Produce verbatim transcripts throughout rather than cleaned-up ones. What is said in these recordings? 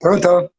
Pronto?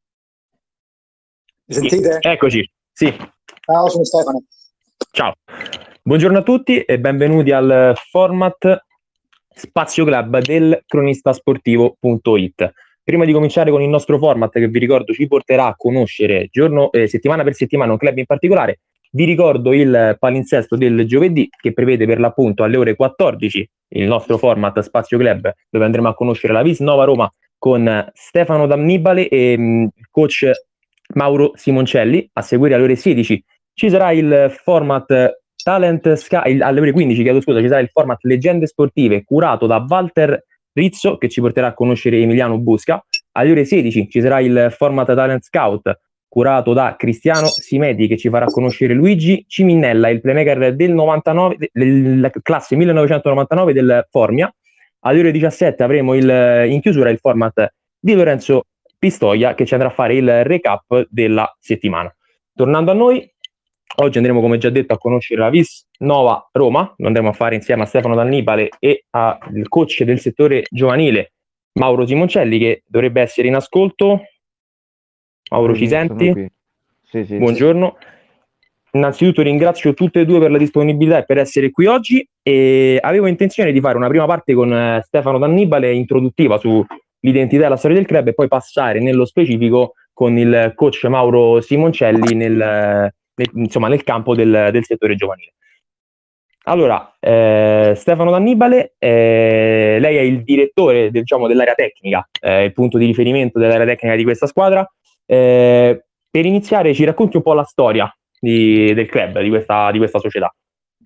Mi Sì, sentite? eccoci, sì. Ciao, sono Stefano. Ciao. Buongiorno a tutti e benvenuti al format Spazio Club del cronistasportivo punto it. Prima di cominciare con il nostro format, che vi ricordo ci porterà a conoscere giorno, eh, settimana per settimana un club in particolare, vi ricordo il palinsesto del giovedì, che prevede per l'appunto alle ore quattordici il nostro format Spazio Club, dove andremo a conoscere la Visnova Roma con Stefano D'Annibale e mh, il coach Mauro Simoncelli. A seguire alle ore sedici ci sarà il format Talent Sky, alle ore quindici, chiedo scusa, ci sarà il format Leggende Sportive curato da Walter Rizzo, che ci porterà a conoscere Emiliano Busca. Alle ore sedici ci sarà il format Talent Scout curato da Cristiano Simeti, che ci farà conoscere Luigi Ciminella, il playmaker del novantanove, della classe millenovecentonovantanove del Formia. Alle ore diciassette avremo il, in chiusura il format di Lorenzo Pistoia, che ci andrà a fare il recap della settimana. Tornando a noi, oggi andremo, come già detto, a conoscere la Visnova Roma. Lo andremo a fare insieme a Stefano D'Annibale e al coach del settore giovanile Mauro Simoncelli, che dovrebbe essere in ascolto. Mauro, Sì, ci sì, sono senti? qui. Sì, sì. Buongiorno. Innanzitutto ringrazio tutte e due per la disponibilità e per essere qui oggi, e avevo intenzione di fare una prima parte con eh, Stefano D'Annibale introduttiva sull'identità e la storia del club, e poi passare nello specifico con il coach Mauro Simoncelli nel, nel, insomma, nel campo del, del settore giovanile. Allora, eh, Stefano D'Annibale, eh, lei è il direttore, diciamo, dell'area tecnica, eh, il punto di riferimento dell'area tecnica di questa squadra. Eh, per iniziare, ci racconti un po' la storia di, del club, di questa, di questa società.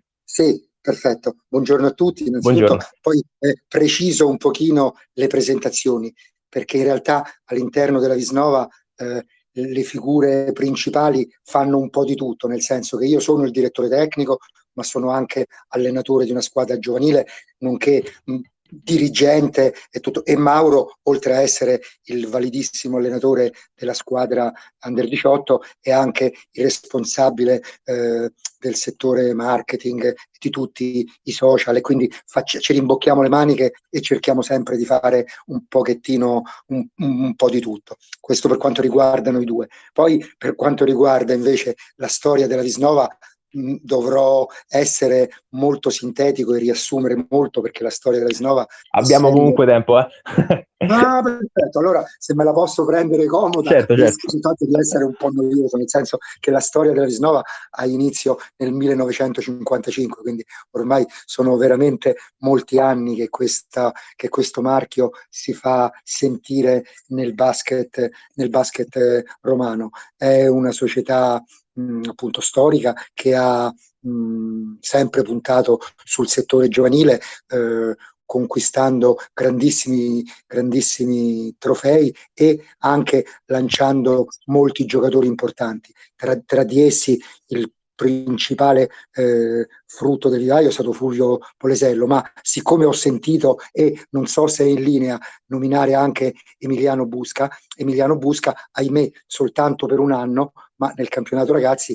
Sì, perfetto. Buongiorno a tutti. Innanzitutto, Buongiorno. poi eh, preciso un pochino le presentazioni, perché in realtà all'interno della Visnova eh, le figure principali fanno un po' di tutto, nel senso che io sono il direttore tecnico, ma sono anche allenatore di una squadra giovanile, nonché mh, dirigente e tutto. E Mauro, oltre a essere il validissimo allenatore della squadra Under diciotto, è anche il responsabile eh, del settore marketing, di tutti i social, e quindi faccia, ci rimbocchiamo le maniche e cerchiamo sempre di fare un pochettino un, un po' di tutto. Questo per quanto riguarda noi due. Poi per quanto riguarda invece la storia della Visnova, mh, dovrò essere molto sintetico e riassumere molto, perché la storia della Visnova, Abbiamo essendo... comunque tempo, eh? Ah, perfetto. Allora, se me la posso prendere comoda, Certo, certo. rischio soltanto di essere un po' noioso, nel senso che la storia della Visnova ha inizio nel millenovecentocinquantacinque, quindi ormai sono veramente molti anni che, questa, che questo marchio si fa sentire nel basket, nel basket romano. È una società mh, appunto storica, che ha mh, sempre puntato sul settore giovanile, eh, conquistando grandissimi, grandissimi trofei e anche lanciando molti giocatori importanti. Tra, tra di essi il principale eh, frutto del vivaio è stato Fulvio Polesello, ma siccome ho sentito, e non so se è in linea, nominare anche Emiliano Busca, Emiliano Busca, ahimè, soltanto per un anno, ma nel campionato ragazzi,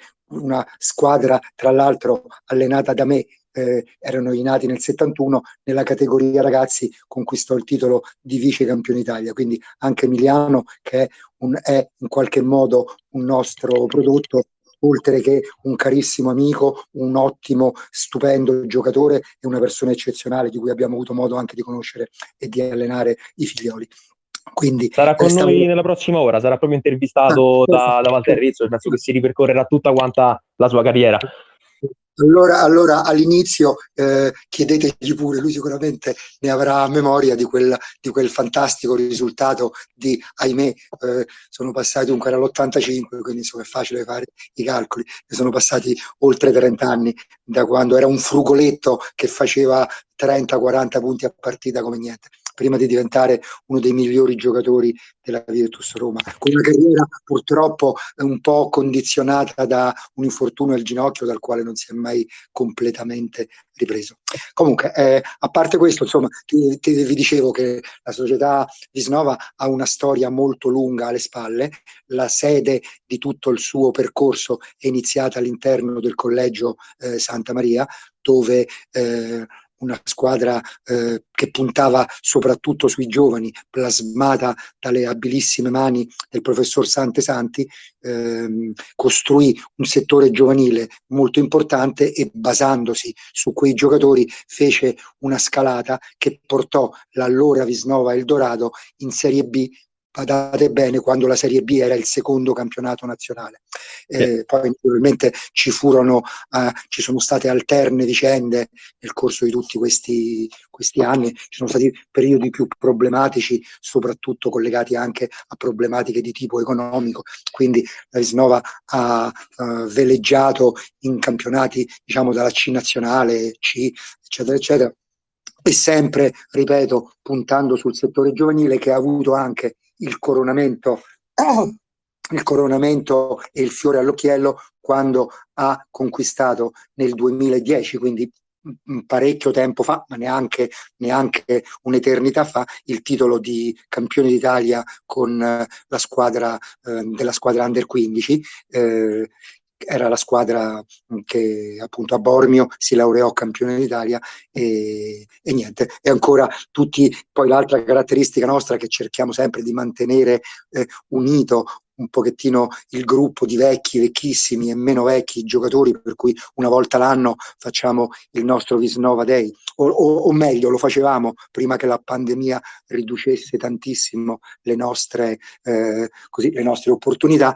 una squadra tra l'altro allenata da me, Eh, erano i nati nel settantuno, nella categoria ragazzi conquistò il titolo di vice campione Italia. Quindi anche Emiliano, che è, un, è in qualche modo un nostro prodotto, oltre che un carissimo amico, un ottimo, stupendo giocatore e una persona eccezionale di cui abbiamo avuto modo anche di conoscere e di allenare i figlioli. Quindi, sarà con eh, stavo... noi nella prossima ora, sarà proprio intervistato ah, da, da Walter Rizzo, penso che si ripercorrerà tutta quanta la sua carriera. Allora, allora all'inizio eh, chiedetegli pure, lui sicuramente ne avrà a memoria di quel, di quel fantastico risultato di, ahimè, eh, sono passati un era l'ottantacinque, quindi insomma è facile fare i calcoli, ne sono passati oltre trenta anni da quando era un frugoletto che faceva trenta quaranta punti a partita come niente, prima di diventare uno dei migliori giocatori della Virtus Roma, con una carriera purtroppo un po' condizionata da un infortunio al ginocchio dal quale non si è mai completamente ripreso. Comunque, eh, a parte questo, insomma, ti, ti, vi dicevo che la società Visnova ha una storia molto lunga alle spalle. La sede di tutto il suo percorso è iniziata all'interno del collegio eh, Santa Maria, dove eh, una squadra eh, che puntava soprattutto sui giovani, plasmata dalle abilissime mani del professor Sante Santi, ehm, costruì un settore giovanile molto importante e basandosi su quei giocatori fece una scalata che portò l'allora Visnova Eldorado in Serie B. Badate bene, quando la Serie B era il secondo campionato nazionale. Eh, poi naturalmente ci furono, eh, ci sono state alterne vicende nel corso di tutti questi, questi anni, ci sono stati periodi più problematici, soprattutto collegati anche a problematiche di tipo economico, quindi la Visnova ha uh, veleggiato in campionati, diciamo, dalla C nazionale, C, eccetera, eccetera, e sempre, ripeto, puntando sul settore giovanile, che ha avuto anche il coronamento, oh, il coronamento e il fiore all'occhiello quando ha conquistato nel duemiladieci, quindi parecchio tempo fa, ma neanche, neanche un'eternità fa, il titolo di campione d'Italia con eh, la squadra eh, della squadra under quindici. Eh, era la squadra che appunto a Bormio si laureò campione d'Italia e, e niente, e ancora tutti. Poi l'altra caratteristica nostra è che cerchiamo sempre di mantenere eh, unito un pochettino il gruppo di vecchi, vecchissimi e meno vecchi giocatori, per cui una volta l'anno facciamo il nostro Visnova Day, o, o, o meglio lo facevamo prima che la pandemia riducesse tantissimo le nostre, eh, così, le nostre opportunità,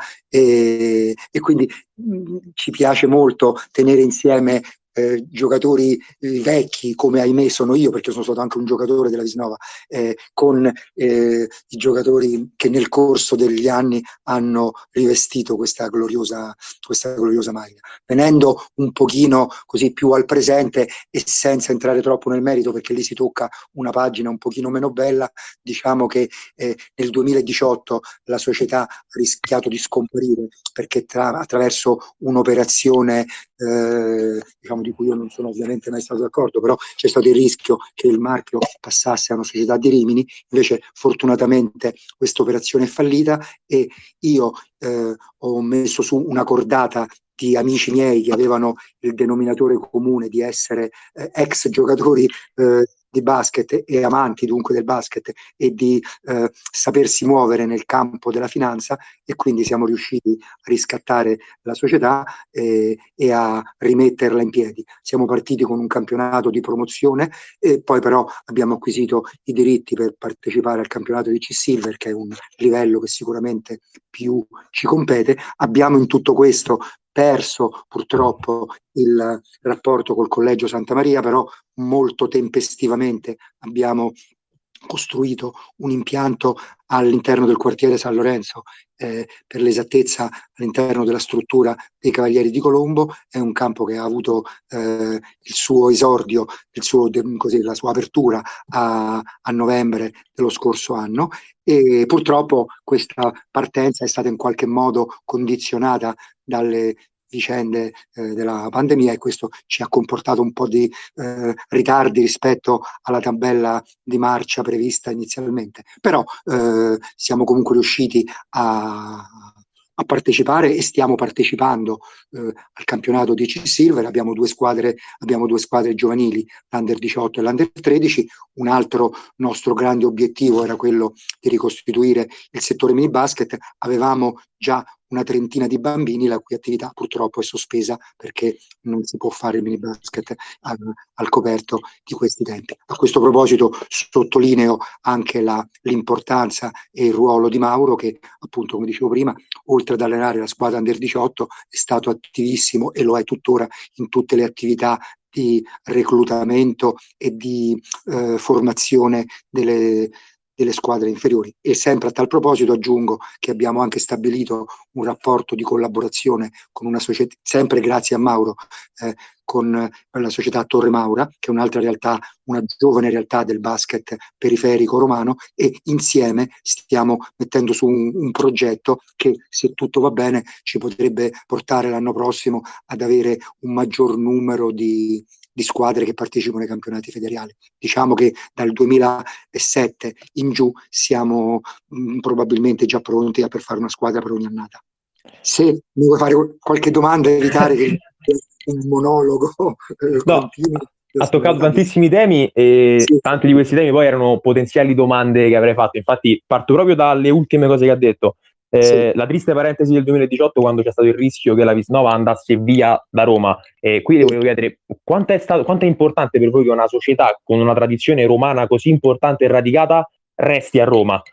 e, e quindi mh, ci piace molto tenere insieme Eh, giocatori eh, vecchi, come ahimè sono io, perché sono stato anche un giocatore della Visnova, eh, con eh, i giocatori che nel corso degli anni hanno rivestito questa gloriosa, questa gloriosa maglia. Venendo un pochino così più al presente e senza entrare troppo nel merito, perché lì si tocca una pagina un pochino meno bella, diciamo che eh, nel duemiladiciotto la società ha rischiato di scomparire perché tra, attraverso un'operazione eh, diciamo di cui io non sono ovviamente mai stato d'accordo, però c'è stato il rischio che il marchio passasse a una società di Rimini. Invece fortunatamente questa operazione è fallita e io eh, ho messo su una cordata di amici miei che avevano il denominatore comune di essere eh, ex giocatori eh, di basket e amanti dunque del basket e di eh, sapersi muovere nel campo della finanza, e quindi siamo riusciti a riscattare la società eh, e a rimetterla in piedi. Siamo partiti con un campionato di promozione e poi però abbiamo acquisito i diritti per partecipare al campionato di C-Silver, che è un livello che sicuramente più ci compete. Abbiamo in tutto questo perso purtroppo il rapporto col Collegio Santa Maria, però molto tempestivamente abbiamo costruito un impianto all'interno del quartiere San Lorenzo, eh, per l'esattezza all'interno della struttura dei Cavalieri di Colombo. È un campo che ha avuto eh, il suo esordio, il suo, così, la sua apertura a, a novembre dello scorso anno, e purtroppo questa partenza è stata in qualche modo condizionata dalle vicende eh, della pandemia, e questo ci ha comportato un po' di eh, ritardi rispetto alla tabella di marcia prevista inizialmente, però eh, siamo comunque riusciti a, a partecipare e stiamo partecipando eh, al campionato di C-Silver. Abbiamo due squadre, abbiamo due squadre giovanili, l'Under diciotto e l'Under tredici. Un altro nostro grande obiettivo era quello di ricostituire il settore mini basket. Avevamo già una trentina di bambini la cui attività purtroppo è sospesa perché non si può fare il mini basket al, al coperto di questi tempi. A questo proposito sottolineo anche la, l'importanza e il ruolo di Mauro, che appunto, come dicevo prima, oltre ad allenare la squadra Under diciotto è stato attivissimo e lo è tuttora in tutte le attività di reclutamento e di eh, formazione delle delle squadre inferiori. E sempre a tal proposito aggiungo che abbiamo anche stabilito un rapporto di collaborazione con una società, sempre grazie a Mauro, eh, con la società Torre Maura, che è un'altra realtà, una giovane realtà del basket periferico romano, e insieme stiamo mettendo su un, un progetto che, se tutto va bene, ci potrebbe portare l'anno prossimo ad avere un maggior numero di di squadre che partecipano ai campionati federali. Diciamo che dal duemilasette in giù siamo mh, probabilmente già pronti a per fare una squadra per ogni annata. Se mi vuoi fare qualche domanda, evitare che un monologo eh, no, continui. ha toccato tantissimi temi e sì. Tanti di questi temi poi erano potenziali domande che avrei fatto. Infatti parto proprio dalle ultime cose che ha detto. Eh, sì. La triste parentesi del duemiladiciotto, quando c'è stato il rischio che la Visnova andasse via da Roma. E qui sì. Volevo chiedere quanto è, stato, quanto è importante per voi che una società con una tradizione romana così importante e radicata resti a Roma?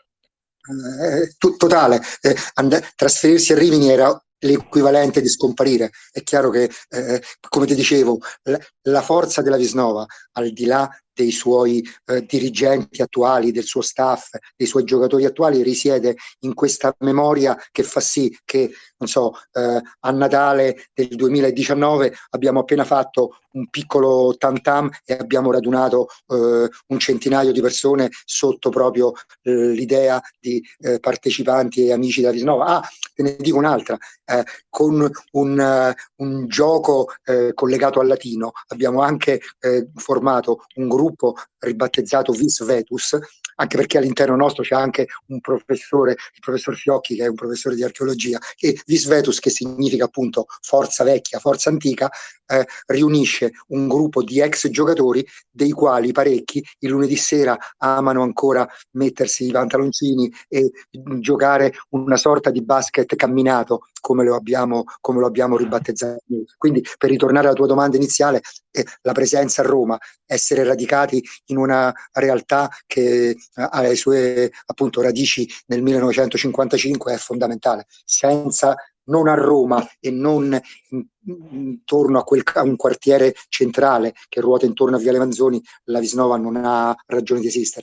Eh, t- totale. Eh, and- trasferirsi a Rimini era l'equivalente di scomparire. È chiaro che, eh, come ti dicevo, la, la forza della Visnova, al di là dei suoi eh, dirigenti attuali, del suo staff, dei suoi giocatori attuali, risiede in questa memoria che fa sì che, non so, eh, a Natale del duemiladiciannove abbiamo appena fatto un piccolo tam tam e abbiamo radunato eh, un centinaio di persone sotto proprio eh, l'idea di eh, partecipanti e amici della Visnova. Ah, te ne dico un'altra, eh, con un, uh, un gioco eh, collegato al latino abbiamo anche eh, formato un gruppo ribattezzato Vis Vetus, anche perché all'interno nostro c'è anche un professore, il professor Fiocchi, che è un professore di archeologia, e Vis Vetus, che significa appunto forza vecchia, forza antica, eh, riunisce un gruppo di ex giocatori, dei quali parecchi il lunedì sera amano ancora mettersi i pantaloncini e giocare una sorta di basket camminato, come lo abbiamo, come lo abbiamo ribattezzato. Quindi, per ritornare alla tua domanda iniziale, eh, la presenza a Roma, essere radicati in una realtà che ha le sue appunto radici nel millenovecentocinquantacinque è fondamentale. Senza, non a Roma e non intorno a, quel, a un quartiere centrale che ruota intorno a Viale Manzoni, la Visnova non ha ragione di esistere.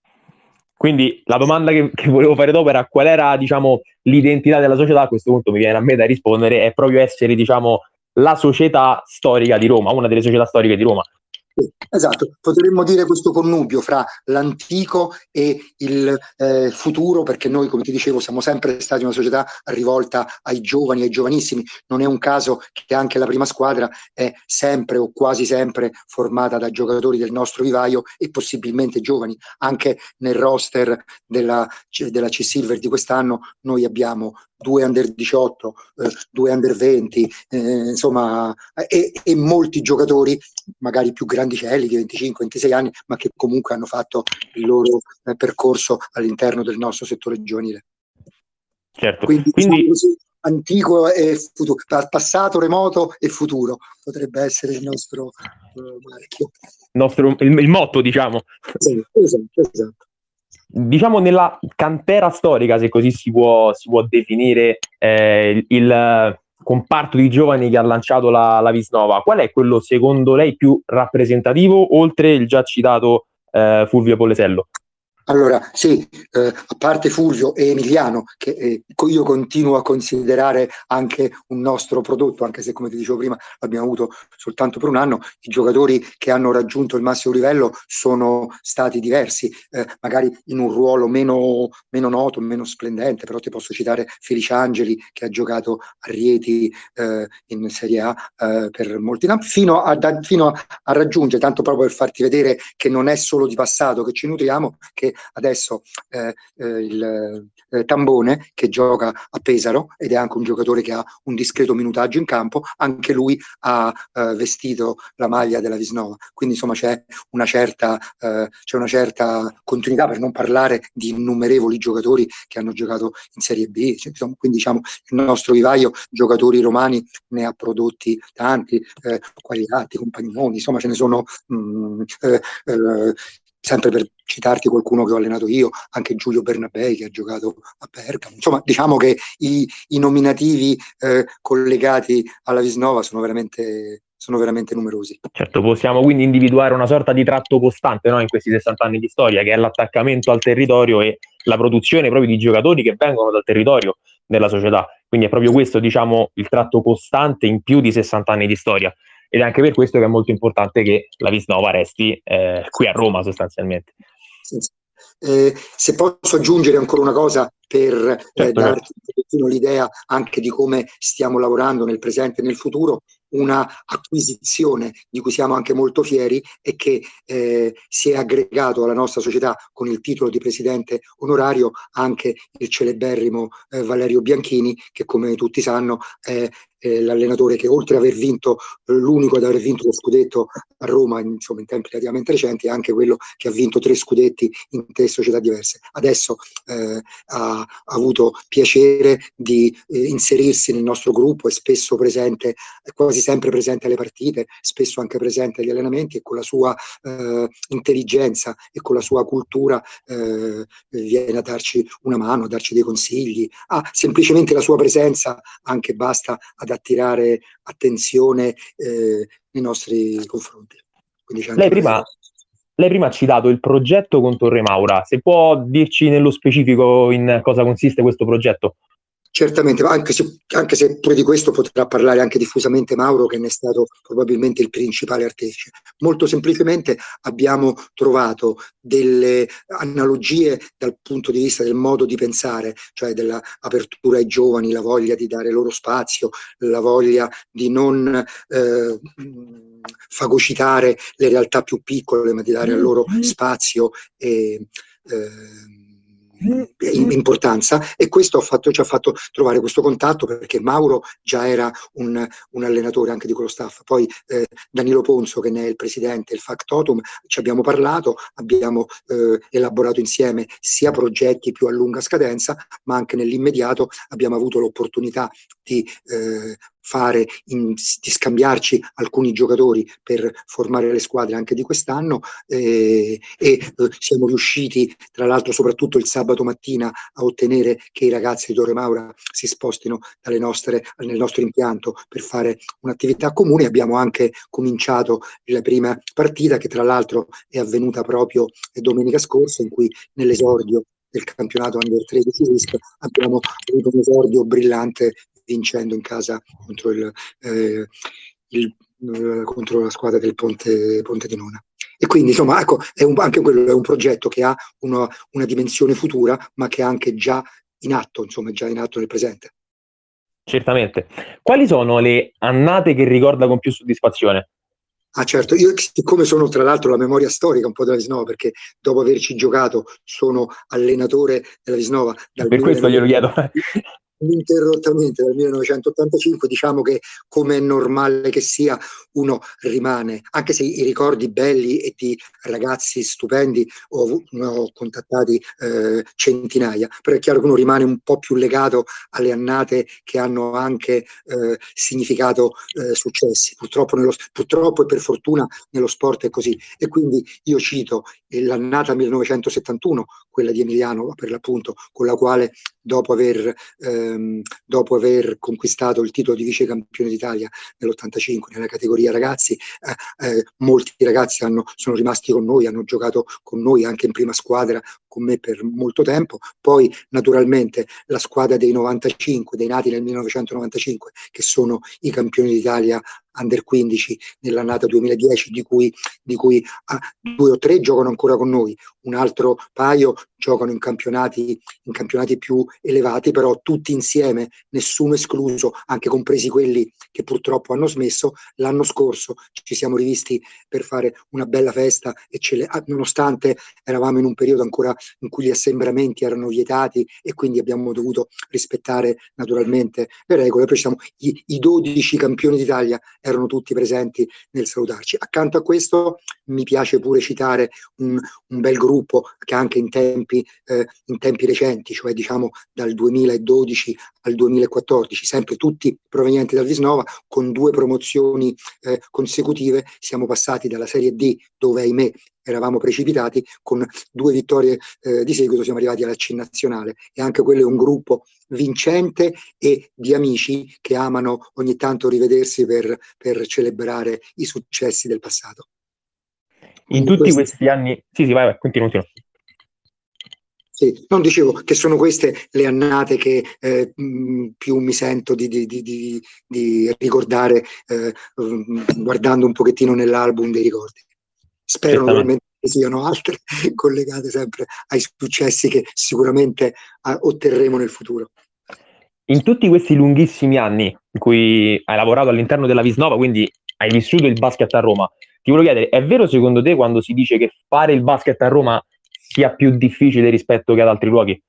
Quindi la domanda che, che volevo fare dopo era qual era, diciamo, l'identità della società. A questo punto mi viene a me da rispondere, è proprio essere, diciamo, la società storica di Roma, una delle società storiche di Roma. Esatto, potremmo dire questo connubio fra l'antico e il eh, futuro, perché noi, come ti dicevo, siamo sempre stati una società rivolta ai giovani, ai giovanissimi. Non è un caso che anche la prima squadra è sempre o quasi sempre formata da giocatori del nostro vivaio e possibilmente giovani. Anche nel roster della, della C-Silver di quest'anno noi abbiamo due under diciotto, eh, due under venti, eh, insomma, e, e molti giocatori magari più grandicelli di venticinque ventisei anni, ma che comunque hanno fatto il loro eh, percorso all'interno del nostro settore giovanile. Certo. Quindi, Quindi... diciamo così, antico e futuro, passato, remoto e futuro potrebbe essere il nostro uh, marchio. Nostro, il, il motto, diciamo. Esatto, esatto, esatto. Diciamo nella cantera storica, se così si può, si può definire, eh, il comparto di giovani che ha lanciato la, la Visnova, qual è quello secondo lei più rappresentativo, oltre il già citato eh, Fulvio Pollesello? Allora, sì, eh, a parte Fulvio e Emiliano, che eh, io continuo a considerare anche un nostro prodotto, anche se, come ti dicevo prima, l'abbiamo avuto soltanto per un anno, i giocatori che hanno raggiunto il massimo livello sono stati diversi, eh, magari in un ruolo meno, meno noto, meno splendente, però ti posso citare Felice Angeli, che ha giocato a Rieti eh, in Serie A eh, per molti anni, fino a, da, fino a raggiungere, tanto proprio per farti vedere che non è solo di passato che ci nutriamo, che adesso eh, eh, il eh, Tambone, che gioca a Pesaro ed è anche un giocatore che ha un discreto minutaggio in campo, anche lui ha eh, vestito la maglia della Visnova, quindi insomma c'è una certa eh, c'è una certa continuità, per non parlare di innumerevoli giocatori che hanno giocato in Serie B, cioè, insomma, quindi diciamo il nostro vivaio giocatori romani ne ha prodotti tanti, eh, Quagliati, Compagnoni, insomma ce ne sono mh, eh, eh, sempre per citarti qualcuno che ho allenato io, anche Giulio Bernabei che ha giocato a Bergamo. Insomma, diciamo che i, i nominativi eh, collegati alla Visnova sono veramente, sono veramente numerosi. Certo, possiamo quindi individuare una sorta di tratto costante, no, in questi sessanta anni di storia, che è l'attaccamento al territorio e la produzione proprio di giocatori che vengono dal territorio della società. Quindi è proprio questo, diciamo, il tratto costante in più di sessanta anni di storia. Ed è anche per questo che è molto importante che la Visnova resti eh, qui a Roma, sostanzialmente. Sì, sì. Eh, se posso aggiungere ancora una cosa per eh, certo, darti certo. l'idea anche di come stiamo lavorando nel presente e nel futuro, una acquisizione di cui siamo anche molto fieri e che eh, si è aggregato alla nostra società con il titolo di presidente onorario anche il celeberrimo eh, Valerio Bianchini, che come tutti sanno è eh, l'allenatore che, oltre ad aver vinto eh, l'unico ad aver vinto lo scudetto a Roma, insomma in tempi relativamente recenti, è anche quello che ha vinto tre scudetti in tre società diverse. Adesso eh, ha, ha avuto piacere di eh, inserirsi nel nostro gruppo, è spesso presente, è quasi sempre presente alle partite, spesso anche presente agli allenamenti, e con la sua eh, intelligenza e con la sua cultura eh, viene a darci una mano, a darci dei consigli. Ah, semplicemente la sua presenza anche basta ad attirare attenzione eh, nei nostri confronti. Quindi c'è anche Lei prima, lei prima ha citato il progetto con Torre Maura, se può dirci nello specifico in cosa consiste questo progetto? Certamente, anche se, anche se pure di questo potrà parlare anche diffusamente Mauro, che ne è stato probabilmente il principale artefice. Molto semplicemente abbiamo trovato delle analogie dal punto di vista del modo di pensare, cioè dell'apertura ai giovani, la voglia di dare loro spazio, la voglia di non eh, fagocitare le realtà più piccole, ma di dare a loro spazio e eh, importanza, e questo ha fatto, ci ha fatto trovare questo contatto, perché Mauro già era un, un allenatore anche di quello staff. Poi eh, Danilo Ponzo, che ne è il presidente, il factotum, ci abbiamo parlato, abbiamo eh, elaborato insieme sia progetti più a lunga scadenza, ma anche nell'immediato abbiamo avuto l'opportunità di eh, fare in, di scambiarci alcuni giocatori per formare le squadre anche di quest'anno eh, e eh, siamo riusciti, tra l'altro soprattutto il sabato mattina, a ottenere che i ragazzi di Torre Maura si spostino dalle nostre, nel nostro impianto per fare un'attività comune. Abbiamo anche cominciato la prima partita, che tra l'altro è avvenuta proprio domenica scorsa, in cui nell'esordio del campionato Under tredici Risk abbiamo avuto un esordio brillante, vincendo in casa contro, il, eh, il, eh, contro la squadra del Ponte, Ponte di Nona. E quindi insomma ecco, è un, anche quello è un progetto che ha una, una dimensione futura, ma che è anche già in atto, insomma, già in atto nel presente. Certamente. Quali sono le annate che ricorda con più soddisfazione? Ah certo, io siccome sono tra l'altro la memoria storica un po' della Visnova, perché dopo averci giocato sono allenatore della Visnova dal per questo glielo chiedo. ininterrottamente dal millenovecentottantacinque, diciamo che, come è normale che sia, uno rimane, anche se i ricordi belli e di ragazzi stupendi ho, ho contattati eh, centinaia, però è chiaro che uno rimane un po' più legato alle annate che hanno anche eh, significato eh, successi. Purtroppo, nello, purtroppo e per fortuna nello sport è così, e quindi io cito l'annata millenovecentosettantuno, quella di Emiliano per l'appunto, con la quale dopo aver ehm, dopo aver conquistato il titolo di vice campione d'Italia nell'ottantacinque nella categoria ragazzi, eh, eh, molti ragazzi hanno, sono rimasti con noi, hanno giocato con noi anche in prima squadra con me per molto tempo. Poi naturalmente la squadra dei novantacinque, dei nati nel millenovecentonovantacinque, che sono i campioni d'Italia under quindici nell'annata duemiladieci, di cui, di cui ah, due o tre giocano ancora con noi, un altro paio giocano in campionati, in campionati più elevati, però tutti insieme, nessuno escluso, anche compresi quelli che purtroppo hanno smesso. L'anno scorso ci siamo rivisti per fare una bella festa, e ce le, nonostante eravamo in un periodo ancora in cui gli assembramenti erano vietati, e quindi abbiamo dovuto rispettare naturalmente le regole, però diciamo, i, i dodici campioni d'Italia erano tutti presenti nel salutarci. Accanto a questo mi piace pure citare un, un bel gruppo che anche in tempi, eh, in tempi recenti, cioè diciamo dal duemiladodici al duemilaquattordici, sempre tutti provenienti dal Visnova, con due promozioni eh, consecutive, siamo passati dalla Serie D, dove ahimè eravamo precipitati, con due vittorie eh, di seguito siamo arrivati alla C nazionale, e anche quello è un gruppo vincente e di amici che amano ogni tanto rivedersi per, per celebrare i successi del passato. In Quindi tutti questi... questi anni... Sì, sì, vai, vai, continua, continua. Sì, non dicevo che sono queste le annate che eh, mh, più mi sento di, di, di, di, di ricordare eh, guardando un pochettino nell'album dei ricordi. Spero naturalmente che siano altre collegate sempre ai successi che sicuramente ah, otterremo nel futuro. in tutti questi lunghissimi anni in cui hai lavorato all'interno della Visnova, quindi hai vissuto il basket a Roma, ti volevo chiedere, è vero secondo te quando si dice che fare il basket a Roma sia più difficile rispetto che ad altri luoghi?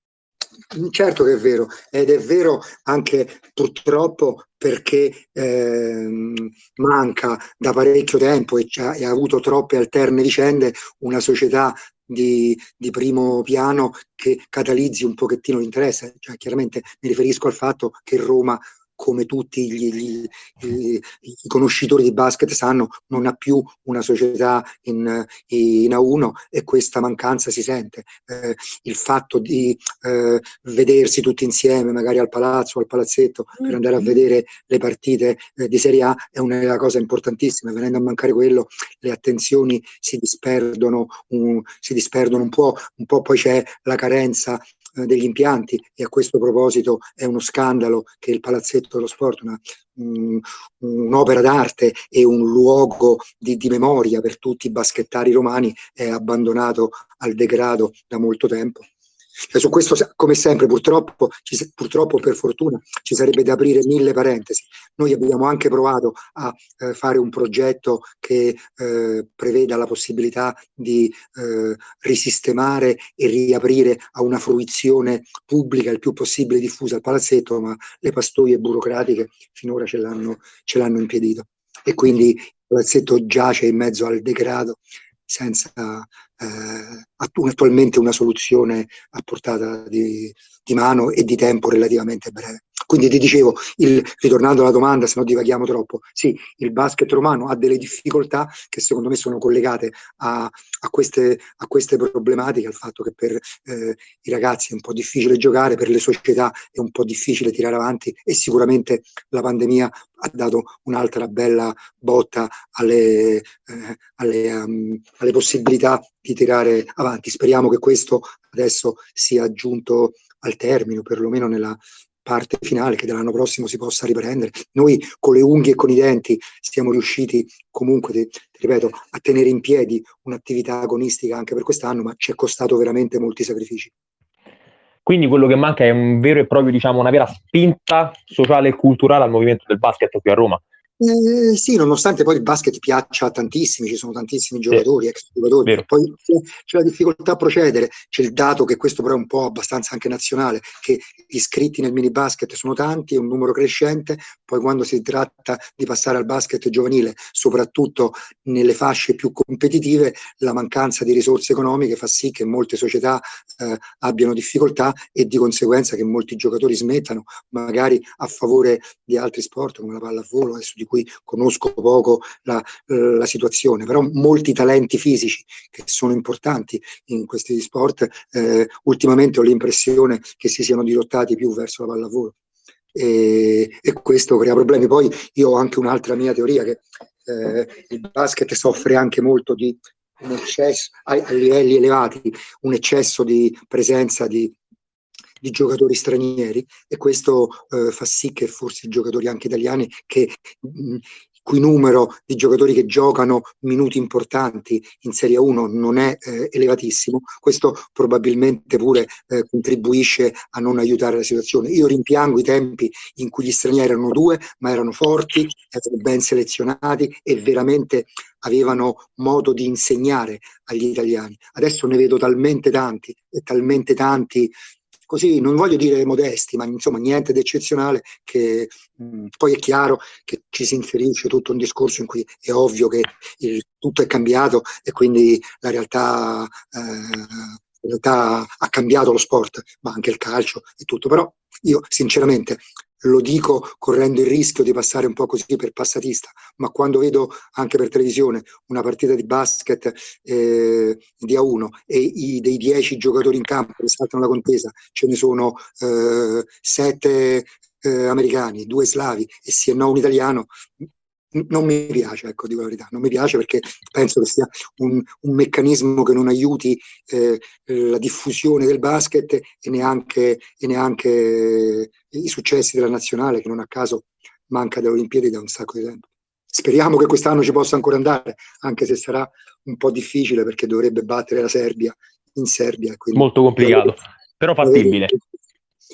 Certo che è vero, ed è vero anche purtroppo perché ehm, manca da parecchio tempo e, c'ha- e ha avuto troppe alterne vicende una società di, di primo piano che catalizzi un pochettino l'interesse. Cioè, chiaramente mi riferisco al fatto che Roma, come tutti gli, gli- i, i conoscitori di basket sanno, non ha più una società in, in A uno e questa mancanza si sente. Eh, il fatto di eh, vedersi tutti insieme, magari al palazzo o al palazzetto, per andare a vedere le partite eh, di Serie A è una cosa importantissima. Venendo a mancare quello, le attenzioni si disperdono, un, si disperdono un po', un po' poi c'è la carenza eh, degli impianti e a questo proposito è uno scandalo che il palazzetto dello sport, una, un, un'opera d'arte e un luogo di, di memoria per tutti i baschettari romani, è abbandonato al degrado da molto tempo. Cioè, su questo, come sempre, purtroppo, ci, purtroppo per fortuna, ci sarebbe da aprire mille parentesi. Noi abbiamo anche provato a eh, fare un progetto che eh, preveda la possibilità di eh, risistemare e riaprire a una fruizione pubblica il più possibile diffusa il palazzetto, ma le pastoie burocratiche finora ce l'hanno, ce l'hanno impedito. E quindi il palazzetto giace in mezzo al degrado senza eh, attualmente una soluzione a portata di, di mano e di tempo relativamente breve. Quindi ti dicevo, il, ritornando alla domanda, se no divaghiamo troppo, sì, il basket romano ha delle difficoltà che secondo me sono collegate a, a, queste, a queste problematiche, al fatto che per eh, i ragazzi è un po' difficile giocare, per le società è un po' difficile tirare avanti e sicuramente la pandemia ha dato un'altra bella botta alle, eh, alle, um, alle possibilità di tirare avanti. Speriamo che questo adesso sia giunto al termine, perlomeno nella parte finale, che dell'anno prossimo si possa riprendere. Noi con le unghie e con i denti siamo riusciti comunque, ti, ti ripeto, a tenere in piedi un'attività agonistica anche per quest'anno, ma ci è costato veramente molti sacrifici. Quindi quello che manca è un vero e proprio, diciamo, una vera spinta sociale e culturale al movimento del basket qui a Roma. Eh, sì, nonostante poi il basket piaccia a tantissimi, ci sono tantissimi Sì, giocatori, ex giocatori, vero. poi c'è la difficoltà a procedere, c'è il dato che questo però è un po' abbastanza anche nazionale, che gli iscritti nel mini basket sono tanti, è un numero crescente, poi quando si tratta di passare al basket giovanile, soprattutto nelle fasce più competitive, la mancanza di risorse economiche fa sì che molte società eh, abbiano difficoltà e di conseguenza che molti giocatori smettano, magari a favore di altri sport come la pallavolo, adesso di cui conosco poco la, la situazione, però molti talenti fisici che sono importanti in questi sport, eh, ultimamente ho l'impressione che si siano dirottati più verso la pallavolo e, e questo crea problemi. Poi io ho anche un'altra mia teoria, che eh, il basket soffre anche molto di un eccesso a, a livelli elevati, un eccesso di presenza di di giocatori stranieri e questo eh, fa sì che forse i giocatori anche italiani, che mh, cui numero di giocatori che giocano minuti importanti in Serie uno non è eh, elevatissimo, questo probabilmente pure eh, contribuisce a non aiutare la situazione. Io rimpiango i tempi in cui gli stranieri erano due, ma erano forti, erano ben selezionati e veramente avevano modo di insegnare agli italiani. Adesso ne vedo talmente tanti e talmente tanti, così non voglio dire modesti, ma insomma niente di eccezionale, che mh, poi è chiaro che ci si inserisce tutto un discorso in cui è ovvio che il, tutto è cambiato e quindi la realtà, eh, in realtà ha cambiato lo sport, ma anche il calcio e tutto. Però io sinceramente lo dico correndo il rischio di passare un po' così per passatista, ma quando vedo anche per televisione una partita di basket eh, di A uno e i, dei dieci giocatori in campo che saltano la contesa ce ne sono eh, sette eh, americani, due slavi e sì e no un italiano, non mi piace, ecco, dico la verità, non mi piace perché penso che sia un, un meccanismo che non aiuti eh, la diffusione del basket e neanche, e neanche i successi della nazionale, che non a caso manca dalle Olimpiadi da un sacco di tempo. Speriamo che quest'anno ci possa ancora andare, anche se sarà un po' difficile perché dovrebbe battere la Serbia in Serbia. Quindi molto complicato, però fattibile.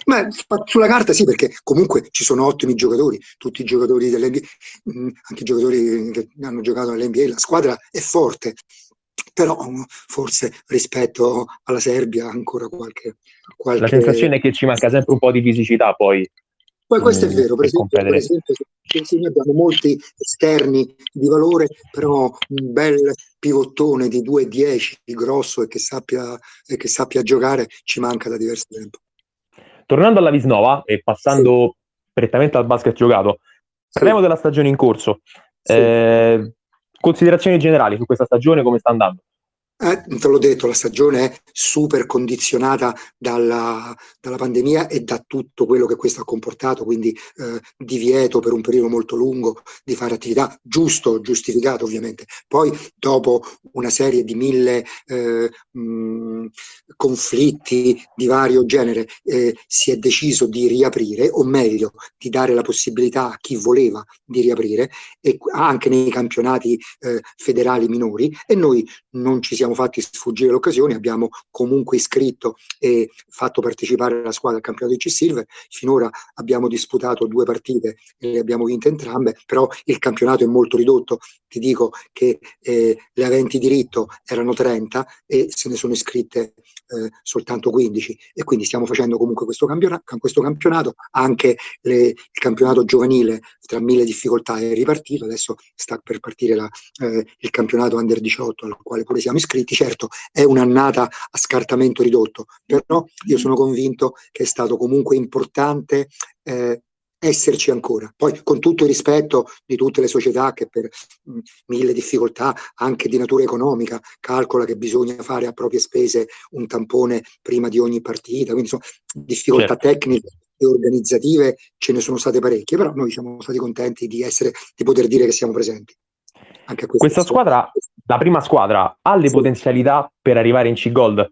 Ma sulla carta sì, perché comunque ci sono ottimi giocatori, tutti i giocatori dell'N B A, anche i giocatori che hanno giocato nell'N B A, la squadra è forte, però forse rispetto alla Serbia ancora qualche... qualche... La sensazione è che ci manca sempre un po' di fisicità poi. Poi questo è vero, per per esempio, per esempio se noi abbiamo molti esterni di valore, però un bel pivottone di due dieci grosso e che sappia, e che sappia giocare ci manca da diverso tempo. Tornando alla Visnova e passando sì. prettamente al basket giocato, parliamo sì. della stagione in corso. Sì. Eh, considerazioni generali su questa stagione, come sta andando? Eh, te l'ho detto, la stagione è super condizionata dalla, dalla pandemia e da tutto quello che questo ha comportato, quindi eh, divieto per un periodo molto lungo di fare attività, giusto, giustificato ovviamente. Poi dopo una serie di mille eh, mh, conflitti di vario genere eh, si è deciso di riaprire, o meglio di dare la possibilità a chi voleva di riaprire, e anche nei campionati eh, federali minori, e noi non ci siamo fatti sfuggire l'occasione, abbiamo comunque iscritto e fatto partecipare la squadra al campionato di C-Silver. Finora abbiamo disputato due partite e le abbiamo vinte entrambe, però il campionato è molto ridotto. Ti dico che eh, le aventi diritto erano trenta e se ne sono iscritte eh, soltanto quindici, e quindi stiamo facendo comunque questo campionato, questo campionato. Anche le, il campionato giovanile, tra mille difficoltà, è ripartito. Adesso sta per partire la, eh, il campionato under diciotto al quale pure siamo iscritti. Certo, è un'annata a scartamento ridotto, però io sono convinto che è stato comunque importante eh, esserci ancora. Poi, con tutto il rispetto di tutte le società che per mh, mille difficoltà, anche di natura economica, calcola che bisogna fare a proprie spese un tampone prima di ogni partita, quindi insomma, difficoltà certo. tecniche e organizzative ce ne sono state parecchie, però noi siamo stati contenti di essere, di poter dire che siamo presenti. Anche questa, questa squadra, la prima squadra, ha le sì. potenzialità per arrivare in C-Gold?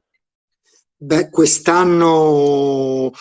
Beh, quest'anno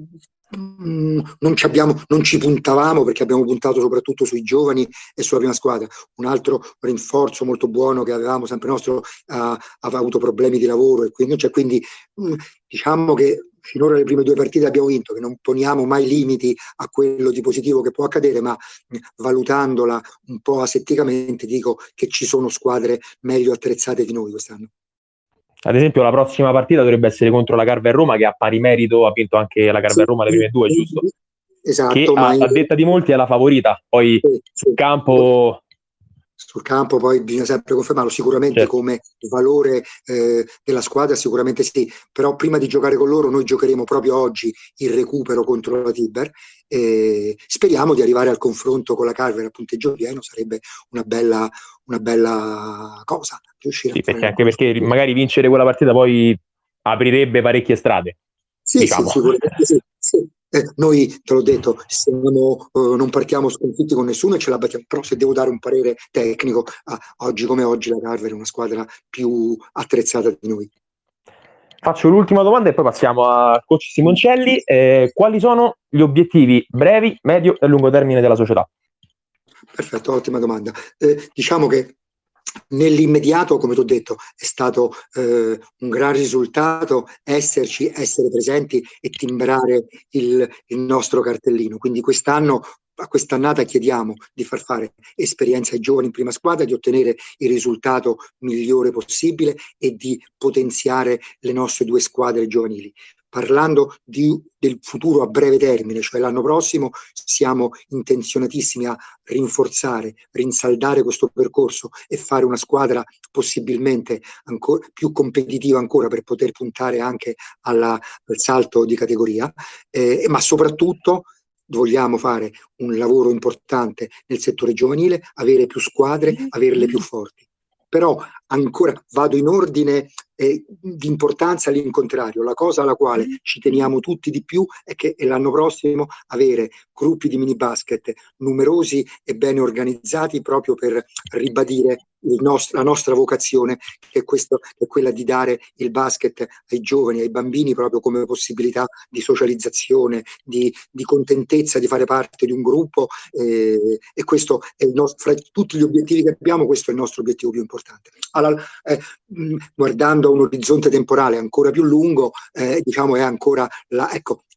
mh, non, ci abbiamo, non ci puntavamo, perché abbiamo puntato soprattutto sui giovani e sulla prima squadra. Un altro rinforzo molto buono che avevamo sempre nostro uh, aveva avuto problemi di lavoro, e quindi, cioè, quindi mh, diciamo che finora le prime due partite abbiamo vinto, che non poniamo mai limiti a quello di positivo che può accadere, ma mh, valutandola un po' asetticamente dico che ci sono squadre meglio attrezzate di noi quest'anno. Ad esempio la prossima partita dovrebbe essere contro la Carver Roma, che a pari merito ha vinto anche la Carver Roma le prime due, giusto? Esatto, che ma a, a detta di molti è la favorita, poi sì, sul sì. campo... Sul campo poi bisogna sempre confermarlo, sicuramente certo. come valore eh, della squadra sicuramente sì, però prima di giocare con loro noi giocheremo proprio oggi il recupero contro la Tiber e speriamo di arrivare al confronto con la Carver a punteggio pieno, sarebbe una bella, una bella cosa. Sì, perché anche perché magari vincere quella partita poi aprirebbe parecchie strade. Sì, diciamo. sì, sicuramente sì. sì. Eh, noi, te l'ho detto, siamo, eh, non partiamo sconfitti con nessuno e ce la battiamo, però se devo dare un parere tecnico, ah, oggi come oggi la Carver è una squadra più attrezzata di noi. Faccio l'ultima domanda e poi passiamo a coach Simoncelli. Eh, quali sono gli obiettivi brevi, medio e lungo termine della società? Perfetto, ottima domanda. Eh, diciamo che nell'immediato, come ti ho detto, è stato eh, un gran risultato esserci, essere presenti e timbrare il, il nostro cartellino. Quindi quest'anno, a quest'annata, chiediamo di far fare esperienza ai giovani in prima squadra, di ottenere il risultato migliore possibile e di potenziare le nostre due squadre giovanili. Parlando di, del futuro a breve termine, cioè l'anno prossimo, siamo intenzionatissimi a rinforzare, rinsaldare questo percorso e fare una squadra possibilmente ancora più competitiva ancora, per poter puntare anche alla, al salto di categoria, eh, ma soprattutto vogliamo fare un lavoro importante nel settore giovanile, avere più squadre, averle più forti. Però ancora vado in ordine eh, di importanza all'incontrario. La cosa alla quale ci teniamo tutti di più è che l'anno prossimo avere gruppi di mini basket numerosi e bene organizzati, proprio per ribadire il nostro, la nostra vocazione, che è, questo, che è quella di dare il basket ai giovani, ai bambini, proprio come possibilità di socializzazione, di, di contentezza di fare parte di un gruppo, eh, e questo è il nostro, fra tutti gli obiettivi che abbiamo, questo è il nostro obiettivo più importante. Allora, eh, mh, guardando a un orizzonte temporale ancora più lungo, eh, diciamo è ancora la, ecco,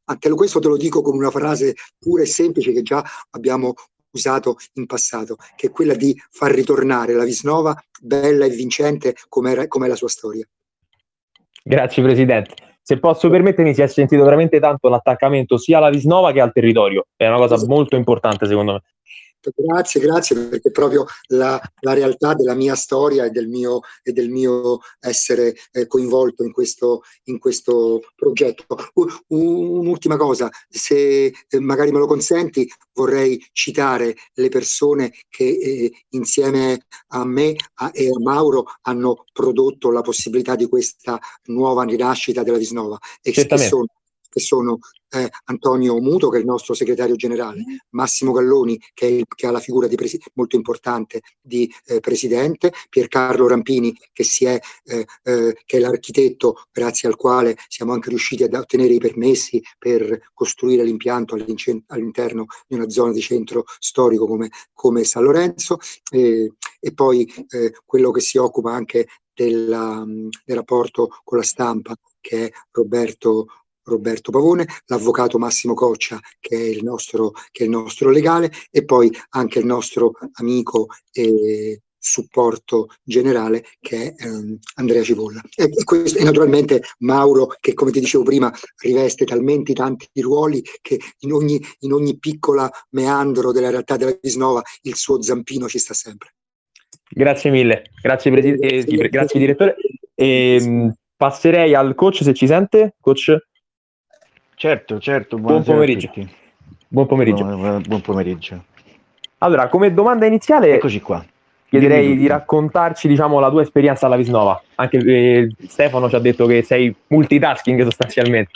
te lo, questo te lo dico con una frase pura e semplice che già abbiamo usato in passato, che è quella di far ritornare la Visnova bella e vincente come è la sua storia. Grazie Presidente. Se posso permettermi, si è sentito veramente tanto l'attaccamento sia alla Visnova che al territorio, è una cosa esatto. molto importante secondo me. Grazie, grazie, perché proprio la, la realtà della mia storia e del mio, e del mio essere eh, coinvolto in questo, in questo progetto. Uh, un'ultima cosa, se eh, magari me lo consenti, vorrei citare le persone che eh, insieme a me a, e a Mauro hanno prodotto la possibilità di questa nuova rinascita della Visnova, e che sono che sono eh, Antonio Muto, che è il nostro segretario generale, Massimo Galloni, che, è il, che ha la figura di presi- molto importante di eh, presidente, Piercarlo Rampini, che, si è, eh, eh, che è l'architetto grazie al quale siamo anche riusciti ad ottenere i permessi per costruire l'impianto all'interno di una zona di centro storico come, come San Lorenzo, eh, e poi eh, quello che si occupa anche della, del rapporto con la stampa, che è Roberto Roberto Pavone, l'avvocato Massimo Coccia, che è il nostro, che è il nostro legale, e poi anche il nostro amico e supporto generale, che è um, Andrea Cipolla. E, e, questo, e naturalmente Mauro, che come ti dicevo prima riveste talmente tanti ruoli che in ogni, in ogni piccola meandro della realtà della Visnova il suo zampino ci sta sempre. Grazie mille, grazie, presi- eh, sì, grazie direttore. E, mh, passerei al coach, se ci sente, coach. Certo, certo, buon pomeriggio. Buon pomeriggio. Buon, buon pomeriggio. Allora, come domanda iniziale, eccoci qua. Chiederei di raccontarci, diciamo, la tua esperienza alla Visnova. Anche eh, Stefano ci ha detto che sei multitasking sostanzialmente.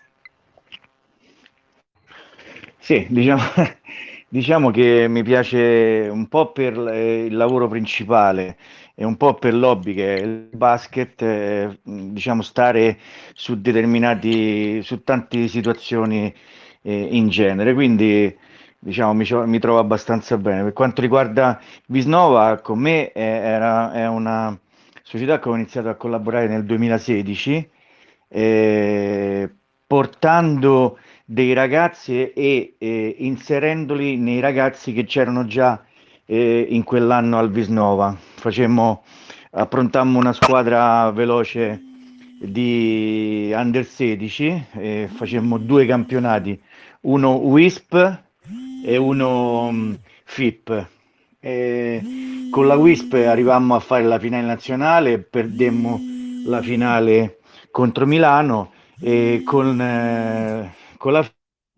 Sì, diciamo, diciamo che mi piace un po' per il lavoro principale e un po' per l'hobby che è il basket, eh, diciamo stare su determinati, su tante situazioni eh, in genere, quindi diciamo mi, mi trovo abbastanza bene. Per quanto riguarda Visnova, con me è, era, è una società che ho iniziato a collaborare nel duemilasedici, eh, portando dei ragazzi e eh, inserendoli nei ragazzi che c'erano già eh, in quell'anno al Visnova. Facemmo, approntammo una squadra veloce di under sedici, eh, facemmo due campionati, uno W I S P e uno um, F I P. E con la W I S P arrivammo a fare la finale nazionale, perdemmo la finale contro Milano, e con, eh, con la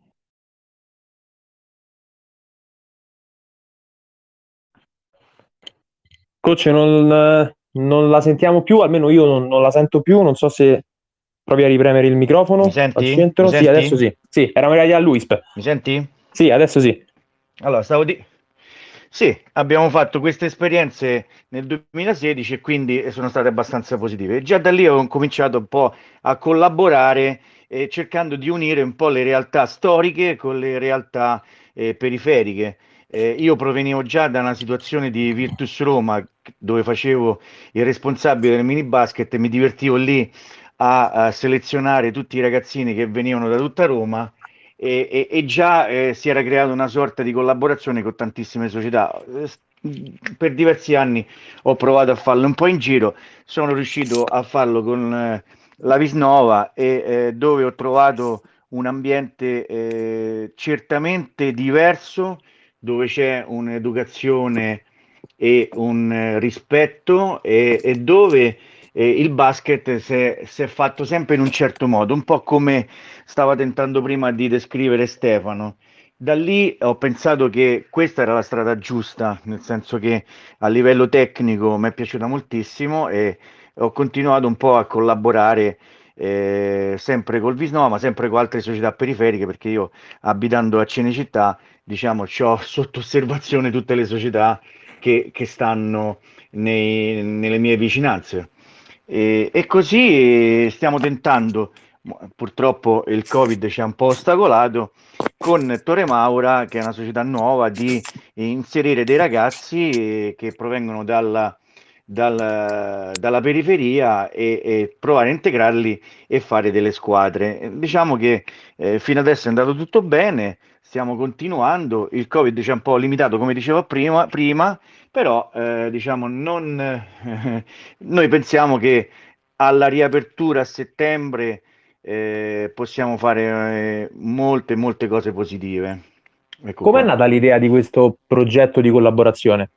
Coach, non, non la sentiamo più, almeno io non, non la sento più, non so se provi a ripremere il microfono. Mi senti? Al centro. Mi sì, senti? adesso sì. Sì, eravamo arrivati all'U I S P. Mi senti? Sì, adesso sì. Allora, stavo di... Sì, abbiamo fatto queste esperienze nel duemilasedici e quindi sono state abbastanza positive. Già da lì ho cominciato un po' a collaborare, eh, cercando di unire un po' le realtà storiche con le realtà eh, periferiche. Eh, io provenivo già da una situazione di Virtus Roma, dove facevo il responsabile del mini basket e mi divertivo lì a, a selezionare tutti i ragazzini che venivano da tutta Roma. E, e, e già eh, si era creata una sorta di collaborazione con tantissime società. Per diversi anni ho provato a farlo un po' in giro, sono riuscito a farlo con eh, la Visnova, e eh, dove ho trovato un ambiente eh, certamente diverso, dove c'è un'educazione e un eh, rispetto, e, e dove eh, il basket si è, si è fatto sempre in un certo modo, un po' come stava tentando prima di descrivere Stefano. Da lì ho pensato che questa era la strada giusta, nel senso che a livello tecnico mi è piaciuta moltissimo e ho continuato un po' a collaborare eh, sempre col Visnova, ma sempre con altre società periferiche, perché io, abitando a Cinecittà, diciamo, ho sotto osservazione tutte le società che, che stanno nei, nelle mie vicinanze. E, e così stiamo tentando, purtroppo il Covid ci ha un po' ostacolato, con Torre Maura, che è una società nuova, di inserire dei ragazzi che provengono dalla, dal, dalla periferia e, e provare a integrarli e fare delle squadre. Diciamo che eh, fino adesso è andato tutto bene, stiamo continuando, il Covid ci ha un po' limitato, come dicevo prima, prima però eh, diciamo non, eh, noi pensiamo che alla riapertura a settembre eh, possiamo fare eh, molte, molte cose positive. Ecco Com'è qua. nata l'idea di questo progetto di collaborazione?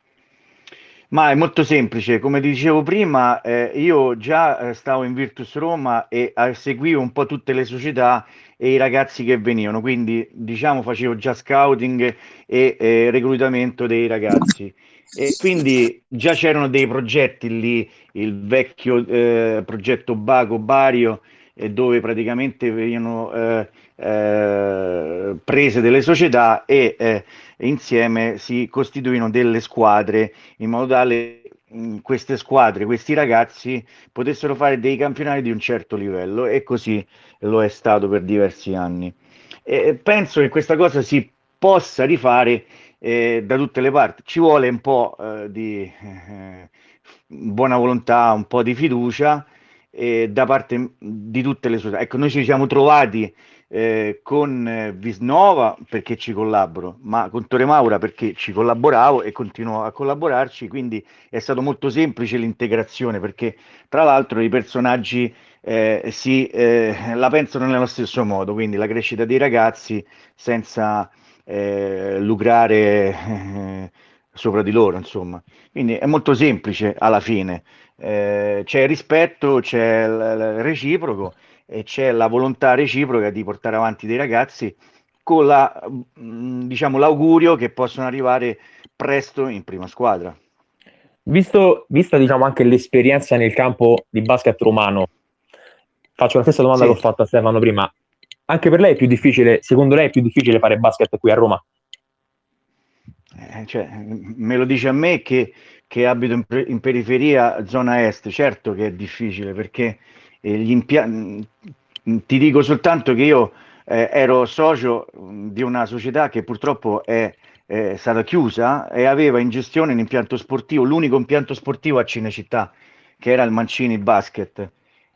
Ma è molto semplice, come dicevo prima, eh, io già eh, stavo in Virtus Roma e eh, seguivo un po' tutte le società e i ragazzi che venivano, quindi diciamo facevo già scouting e eh, reclutamento dei ragazzi. E quindi già c'erano dei progetti lì, il vecchio eh, progetto Baco Bario, eh, dove praticamente venivano eh, eh, prese delle società e eh, insieme si costituivano delle squadre in modo tale mh, queste squadre, questi ragazzi potessero fare dei campionati di un certo livello e così lo è stato per diversi anni. E penso che questa cosa si possa rifare eh, da tutte le parti. Ci vuole un po' eh, di eh, buona volontà, un po' di fiducia eh, da parte di tutte le società. Ecco, noi ci siamo trovati eh, con eh, Visnova perché ci collaboro, ma con Torre Maura perché ci collaboravo e continuo a collaborarci, quindi è stato molto semplice l'integrazione perché tra l'altro i personaggi eh, si, eh, la pensano nello stesso modo, quindi la crescita dei ragazzi senza eh, lucrare eh, sopra di loro, insomma. Quindi è molto semplice alla fine. Eh, c'è il rispetto, c'è il, il reciproco e c'è la volontà reciproca di portare avanti dei ragazzi con la, mh, diciamo, l'augurio che possano arrivare presto in prima squadra. Visto, vista diciamo anche l'esperienza nel campo di basket romano, faccio la stessa domanda che ho Sì. fatto a Stefano prima. Anche per lei è più difficile, secondo lei è più difficile fare basket qui a Roma? Eh, cioè, me lo dice a me che, che abito in, pre- in periferia, zona est, certo che è difficile perché eh, gli impianti, ti dico soltanto che io eh, ero socio mh, di una società che purtroppo è, è stata chiusa e aveva in gestione un impianto sportivo, l'unico impianto sportivo a Cinecittà, che era il Mancini Basket.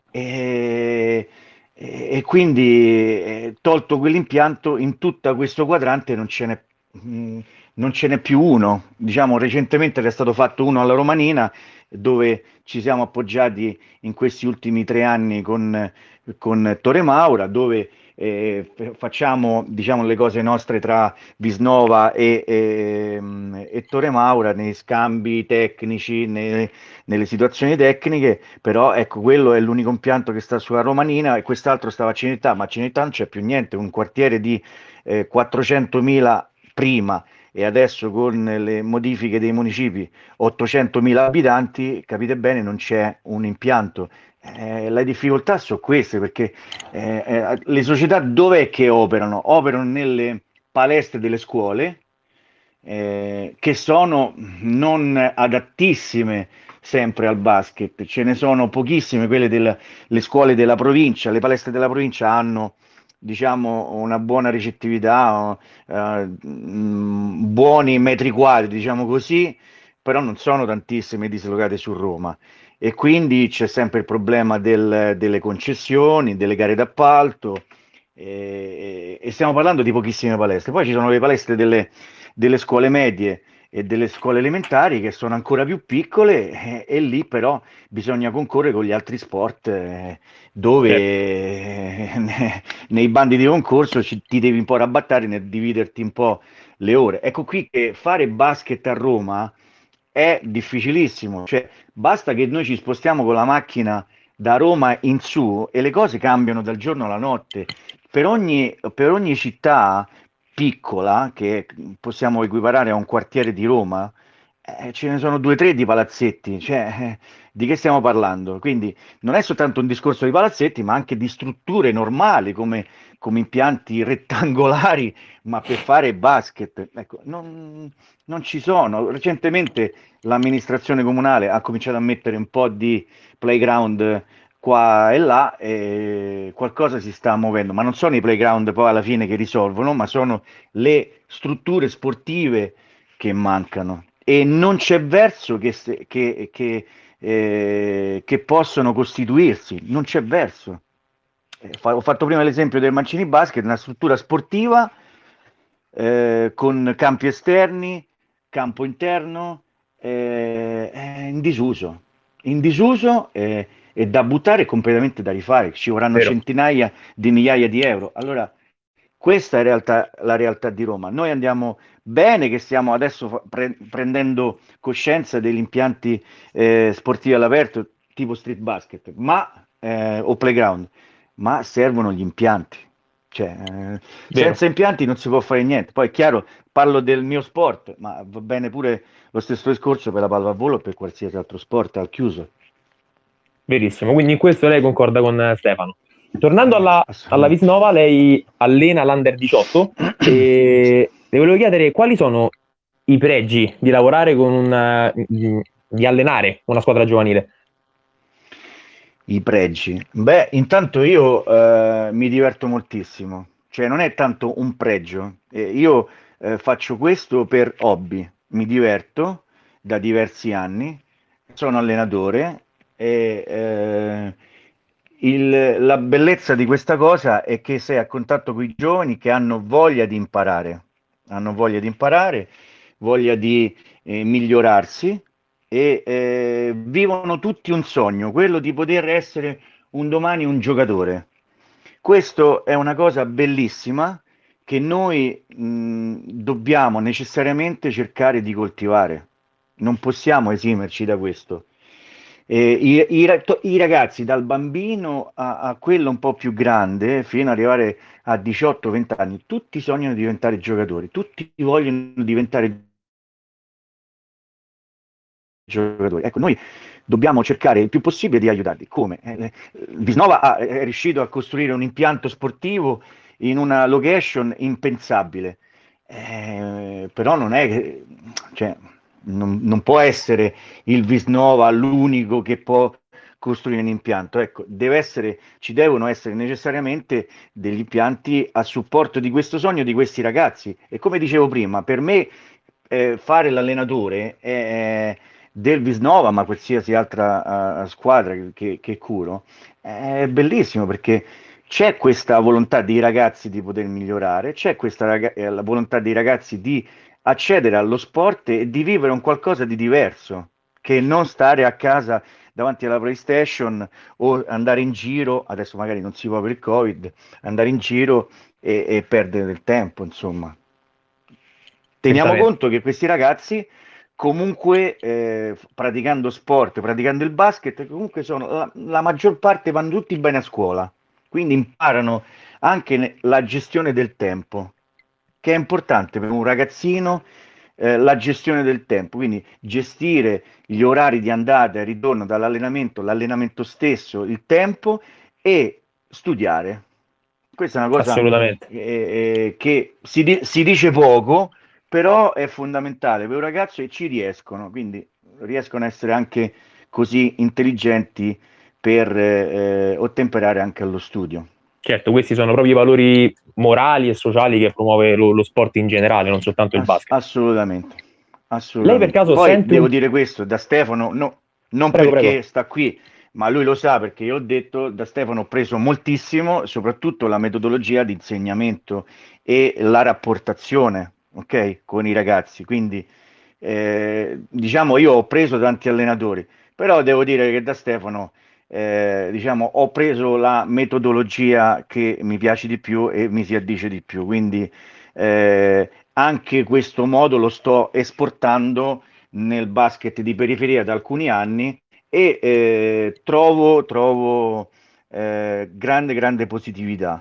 E, e- e quindi eh, tolto quell'impianto, in tutto questo quadrante non ce n'è mh, non ce n'è più uno. Diciamo, recentemente è stato fatto uno alla Romanina, dove ci siamo appoggiati in questi ultimi tre anni con, con Torre Maura, dove eh, facciamo diciamo, le cose nostre tra Visnova e, e, e Torre Maura nei scambi tecnici, nei, nelle situazioni tecniche, però ecco, quello è l'unico impianto che sta sulla Romanina e quest'altro stava a Cinecittà, ma a Cinecittà non c'è più niente, un quartiere di eh, quattrocentomila prima e adesso con le modifiche dei municipi ottocentomila abitanti, capite bene, non c'è un impianto. Eh, le difficoltà sono queste perché eh, eh, le società dov'è che operano? Operano nelle palestre delle scuole eh, che sono non adattissime sempre al basket, ce ne sono pochissime, quelle delle scuole della provincia, le palestre della provincia hanno diciamo una buona ricettività, eh, mh, buoni metri quadri, diciamo così, però non sono tantissime dislocate su Roma. E quindi c'è sempre il problema del- delle concessioni, delle gare d'appalto, e, e stiamo parlando di pochissime palestre. Poi ci sono le palestre delle, delle scuole medie e delle scuole elementari che sono ancora più piccole, e, e lì però bisogna concorrere con gli altri sport, eh, dove Certo. eh, nei bandi di concorso ci- ti devi un po' rabbattare nel dividerti un po' le ore. Ecco qui che fare basket a Roma è difficilissimo, cioè basta che noi ci spostiamo con la macchina da Roma in su e le cose cambiano dal giorno alla notte. Per ogni, per ogni città piccola, che possiamo equiparare a un quartiere di Roma, eh, ce ne sono due o tre di palazzetti, cioè eh, di che stiamo parlando? Quindi non è soltanto un discorso di palazzetti, ma anche di strutture normali come, come impianti rettangolari, ma per fare basket. Ecco, non, non ci sono. Recentemente l'amministrazione comunale ha cominciato a mettere un po' di playground qua e là, e qualcosa si sta muovendo, ma non sono i playground poi alla fine che risolvono, ma sono le strutture sportive che mancano. e non c'è verso che, se- che, che, eh, che possono costituirsi, non c'è verso. Eh, fa- ho fatto prima l'esempio del Mancini Basket, una struttura sportiva eh, con campi esterni, campo interno, eh, è in disuso, in disuso eh, e da buttare e completamente da rifare, ci vorranno Vero. centinaia di migliaia di euro. Allora, questa è in realtà la realtà di Roma. Noi andiamo bene che stiamo adesso fa- pre- prendendo coscienza degli impianti eh, sportivi all'aperto, tipo street basket, ma, eh, o playground, ma servono gli impianti. Cioè, eh, Vero. senza impianti non si può fare niente. Poi è chiaro, parlo del mio sport, ma va bene pure lo stesso discorso per la pallavolo o per qualsiasi altro sport al chiuso. Verissimo, quindi in questo lei concorda con eh, Stefano. Tornando Eh, alla, alla assolutamente. Visnova, lei allena l'Under diciotto e le volevo chiedere quali sono i pregi di lavorare con una, di allenare una squadra giovanile. I pregi. Beh, intanto io eh, mi diverto moltissimo, cioè non è tanto un pregio. Eh, io eh, faccio questo per hobby, mi diverto da diversi anni, sono allenatore e eh, il- la bellezza di questa cosa è che sei a contatto con i giovani che hanno voglia di imparare, hanno voglia di imparare, voglia di eh, migliorarsi e eh, vivono tutti un sogno, quello di poter essere un domani un giocatore. Questo è una cosa bellissima che noi mh, dobbiamo necessariamente cercare di coltivare. Non possiamo esimerci da questo. Eh, i, i ra- to- i ragazzi dal bambino a, a quello un po' più grande, fino ad arrivare a diciotto venti anni, tutti sognano di diventare giocatori, tutti vogliono diventare giocatori. Ecco, noi dobbiamo cercare il più possibile di aiutarli. Come? Eh, Visnova ha- è riuscito a costruire un impianto sportivo in una location impensabile. Eh, però non è che, cioè, non, non può essere il Visnova l'unico che può costruire un impianto. Ecco, deve essere, ci devono essere necessariamente degli impianti a supporto di questo sogno di questi ragazzi. E come dicevo prima, per me eh, fare l'allenatore è, del Visnova, ma qualsiasi altra uh, squadra che, che, che curo, è bellissimo perché c'è questa volontà dei ragazzi di poter migliorare, c'è questa raga- eh, la volontà dei ragazzi di accedere allo sport e di vivere un qualcosa di diverso, che non stare a casa davanti alla PlayStation o andare in giro, adesso magari non si può per il Covid, andare in giro e, e perdere del tempo, insomma. Teniamo Certamente. conto che questi ragazzi comunque eh, praticando sport, praticando il basket, comunque sono la, la maggior parte vanno tutti bene a scuola, quindi imparano anche ne- la gestione del tempo, che è importante per un ragazzino, eh, la gestione del tempo, quindi gestire gli orari di andata e ritorno dall'allenamento, l'allenamento stesso, il tempo e studiare. Questa è una cosa Assolutamente. eh, eh, che si, di- si dice poco, però è fondamentale per un ragazzo e ci riescono, quindi riescono a essere anche così intelligenti per eh, eh, ottemperare anche allo studio. Certo, questi sono proprio i valori morali e sociali che promuove lo, lo sport in generale, non soltanto il Ass- basket. assolutamente, Lei per assolutamente. caso Poi sente un... devo dire questo, da Stefano, no, non Prego, prego. perché sta qui, ma lui lo sa perché io ho detto, da Stefano ho preso moltissimo, soprattutto la metodologia di insegnamento e la rapportazione, ok, con i ragazzi. Quindi, eh, diciamo, io ho preso tanti allenatori, però devo dire che da Stefano, eh, diciamo, ho preso la metodologia che mi piace di più e mi si addice di più. Quindi, eh, anche questo modo lo sto esportando nel basket di periferia da alcuni anni e eh, trovo, trovo eh, grande, grande positività.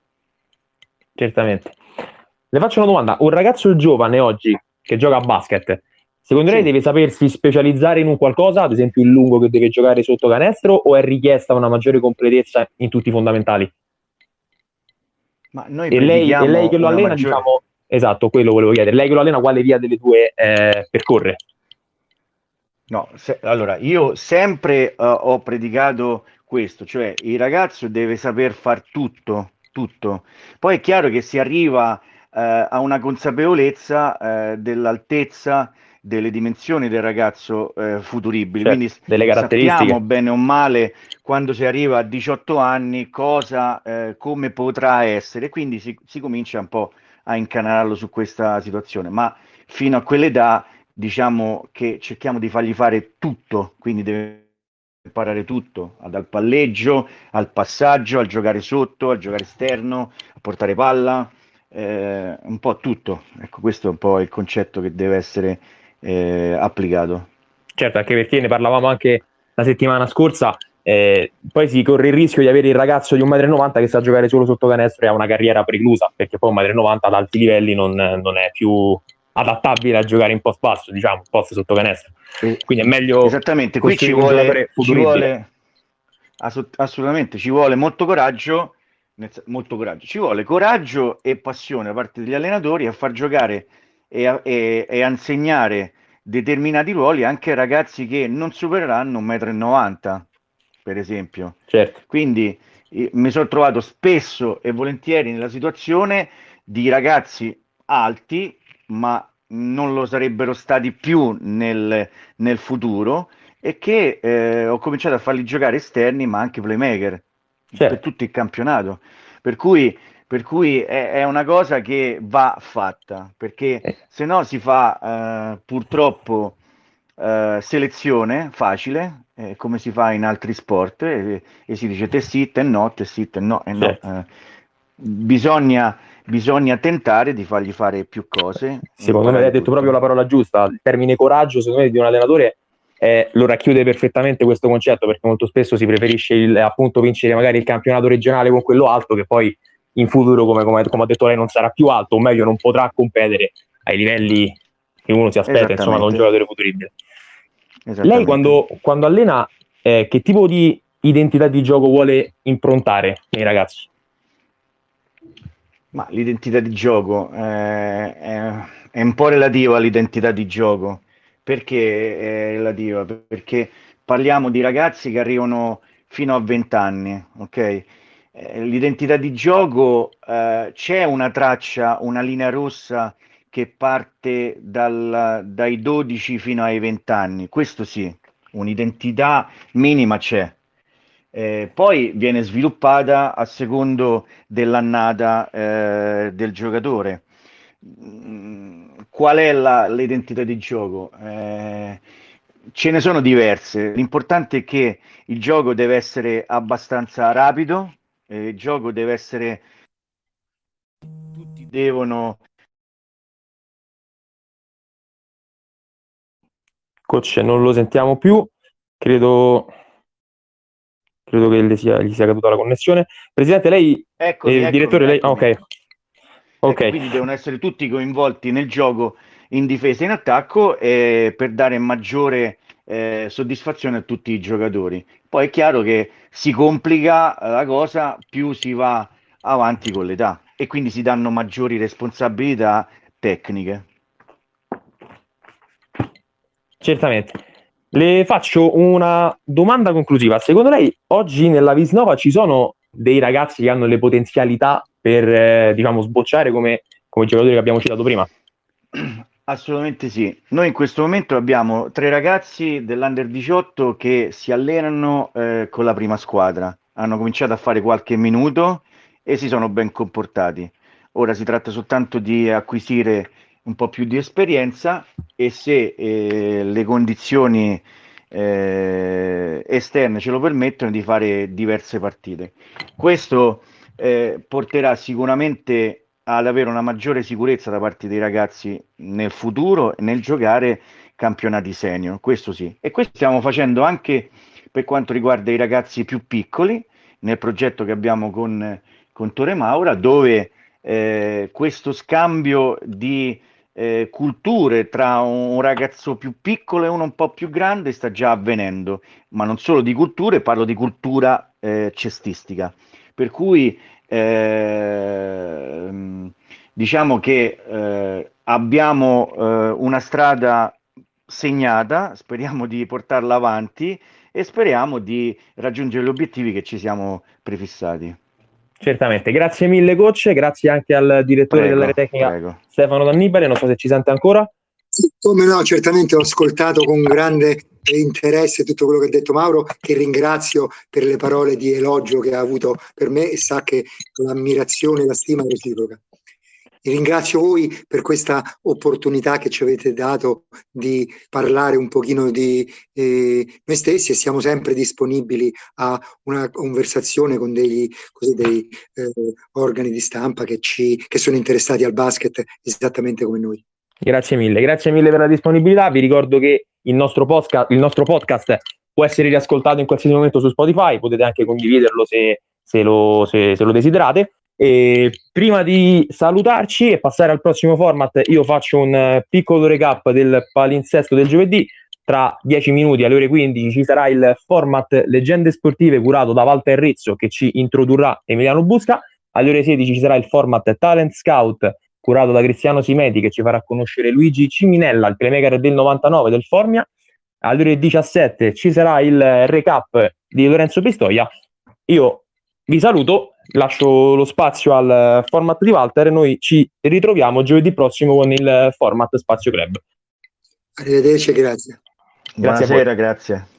Certamente. Le faccio una domanda. Un ragazzo giovane oggi che gioca a basket, secondo lei Sì, deve sapersi specializzare in un qualcosa, ad esempio il lungo che deve giocare sotto canestro, o è richiesta una maggiore completezza in tutti i fondamentali? ma noi E lei, e lei che predichiamo lo una allena, maggiore... diciamo, esatto, quello volevo chiedere. Lei che lo allena, quale via delle due eh, percorre? No, se- allora, io sempre eh, ho predicato questo, cioè il ragazzo deve saper far tutto, tutto. Poi è chiaro che si arriva eh, a una consapevolezza eh, dell'altezza, delle dimensioni del ragazzo eh, futuribili. Certo, Quindi delle sappiamo caratteristiche. bene o male quando si arriva a diciotto anni cosa, eh, come potrà essere, quindi si, si comincia un po' a incanalarlo su questa situazione, ma fino a quell'età diciamo che cerchiamo di fargli fare tutto, quindi deve imparare tutto, dal palleggio al passaggio, al giocare sotto, al giocare esterno, a portare palla, eh, un po' tutto. Ecco, questo è un po' il concetto che deve essere eh, applicato. Certo, anche perché ne parlavamo anche la settimana scorsa, eh, poi si corre il rischio di avere il ragazzo di un metro e novanta che sa giocare solo sotto canestro e ha una carriera preclusa, perché poi un metro e novanta ad alti livelli non, non è più adattabile a giocare in post basso, diciamo, post sotto canestro. Eh, Quindi è meglio Esattamente, qui ci costruire un giocatore vuole, ci futuribile. vuole assu- assolutamente, ci vuole molto coraggio, nel sen- molto coraggio, ci vuole coraggio e passione da parte degli allenatori a far giocare e a, e- e a insegnare determinati ruoli anche ai ragazzi che non supereranno un metro e novanta m, per esempio. Certo, Quindi eh, mi sono trovato spesso e volentieri nella situazione di ragazzi alti, ma non lo sarebbero stati più nel, nel futuro, e che eh, ho cominciato a farli giocare esterni, ma anche playmaker per certo. tutto il campionato. Per cui, per cui è, è una cosa che va fatta, perché Eh, se no si fa eh, purtroppo eh, selezione facile, eh, come si fa in altri sport, e, e si dice te sì, te no, te sì, te no, e no. certo. Eh, bisogna, bisogna tentare di fargli fare più cose e Secondo me hai imparare detto proprio la tutto. parola giusta. Il termine coraggio, secondo me, di un allenatore eh, lo racchiude perfettamente questo concetto, perché molto spesso si preferisce il, appunto vincere magari il campionato regionale con quello alto, che poi in futuro, come, come, come ha detto lei, non sarà più alto, o meglio, non potrà competere ai livelli che uno si aspetta, insomma, da un Esattamente, giocatore futuribile. Lei esattamente. quando, quando allena, eh, che tipo di identità di gioco vuole improntare nei ragazzi? Ma l'identità di gioco eh, è, è un po' relativa all'identità di gioco. Perché è relativa? Perché parliamo di ragazzi che arrivano fino a venti anni, ok? Eh, l'identità di gioco eh, c'è una traccia, una linea rossa che parte dal- dai dodici fino ai venti anni, questo sì, un'identità minima c'è. Eh, poi viene sviluppata a secondo dell'annata eh, del giocatore. Mm, Qual è la- l'identità di gioco? Eh, ce ne sono diverse. L'importante è che il gioco deve essere abbastanza rapido, eh, il gioco deve essere, tutti devono. Coach, non lo sentiamo più, credo, credo che le sia, gli sia caduta la connessione. Presidente, lei, Eccomi, eh, eccomi, direttore, lei... ah, eccomi. ok, Ecco, ok, quindi devono essere tutti coinvolti nel gioco in difesa e in attacco eh, per dare maggiore eh, soddisfazione a tutti i giocatori. Poi è chiaro che si complica eh, la cosa più si va avanti con l'età e quindi si danno maggiori responsabilità tecniche. certamente. Le faccio una domanda conclusiva. Secondo lei oggi nella Visnova ci sono dei ragazzi che hanno le potenzialità per, eh, diciamo, sbocciare come, come giocatori che abbiamo citato prima? Assolutamente sì. Noi in questo momento abbiamo tre ragazzi dell'Under diciotto che si allenano eh, con la prima squadra. Hanno cominciato a fare qualche minuto e si sono ben comportati. Ora si tratta soltanto di acquisire un po' più di esperienza e se eh, le condizioni eh, esterne ce lo permettono di fare diverse partite. Questo eh, porterà sicuramente ad avere una maggiore sicurezza da parte dei ragazzi nel futuro e nel giocare campionati senior, questo sì. E questo stiamo facendo anche per quanto riguarda i ragazzi più piccoli, nel progetto che abbiamo con, con Torre Maura, dove eh, questo scambio di eh, culture tra un ragazzo più piccolo e uno un po' più grande sta già avvenendo, ma non solo di culture, parlo di cultura eh, cestistica. Per cui ehm, diciamo che eh, abbiamo eh, una strada segnata, speriamo di portarla avanti e speriamo di raggiungere gli obiettivi che ci siamo prefissati. Certamente, grazie mille coach, grazie anche al direttore Prego, dell'area tecnica prego. Stefano D'Annibale, non so se ci sente ancora. Sì, come no, certamente ho ascoltato con grande interesse tutto quello che ha detto Mauro, che ringrazio per le parole di elogio che ha avuto per me e sa che l'ammirazione e la stima è reciproca. E ringrazio voi per questa opportunità che ci avete dato di parlare un pochino di eh, noi stessi, e siamo sempre disponibili a una conversazione con degli, così, dei eh, organi di stampa che, ci, che sono interessati al basket esattamente come noi. Grazie mille, grazie mille per la disponibilità. Vi ricordo che il nostro podcast, il nostro podcast può essere riascoltato in qualsiasi momento su Spotify, potete anche condividerlo se, se, lo, se, se lo desiderate. E prima di salutarci e passare al prossimo format, io faccio un piccolo recap del palinsesto del giovedì. Tra dieci minuti alle ore quindici ci sarà il format Leggende Sportive curato da Walter Rizzo, che ci introdurrà Emiliano Busca. Alle ore sedici ci sarà il format Talent Scout curato da Cristiano Simeti, che ci farà conoscere Luigi Ciminella, il playmaker del novantanove del Formia. Alle ore diciassette ci sarà il recap di Lorenzo Pistoia. Io vi saluto, lascio lo spazio al format di Walter e noi ci ritroviamo giovedì prossimo con il format Spazio Club. Arrivederci e grazie. Buonasera, grazie.